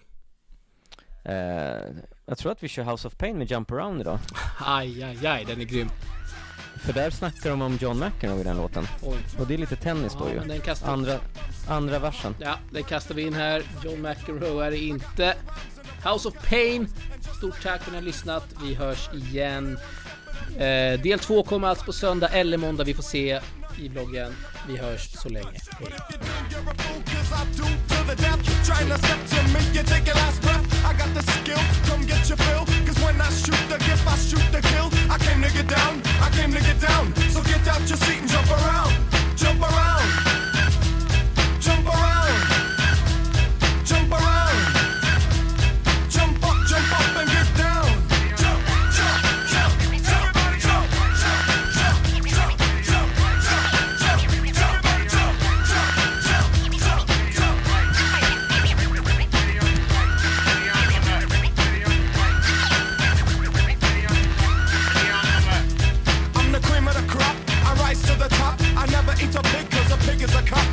Eh, jag tror att vi kör House of Pain med Jump Around idag. Aj, aj, aj, den är grym. För där snackar de om John McEnroe i den låten. Oj. Och det är lite tennis ja, då ju. Den kastar... Andra, andra versen. Ja, den kastar vi in här. John McEnroe är det inte. House of Pain. Stort tack för att ni har lyssnat. Vi hörs igen. Eh, del två kommer alltså på söndag eller måndag. Vi får se i vloggen. Vi hörs så länge. Hej. Trying to step to me, you take a last breath. I got the skill, come get your fill. Cause when I shoot the gift, I shoot the kill. I came to get down, I came to get down. So get out your seat and jump around, jump around, jump around, jump around, jump up, jump up and get down. Jump, jump, jump, jump, jump, jump, jump, jump, jump, jump, jump, jump, jump, jump, jump, jump.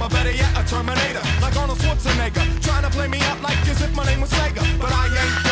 or better yet, a Terminator, like Arnold Schwarzenegger, trying to play me out like as if my name was Sega, but I ain't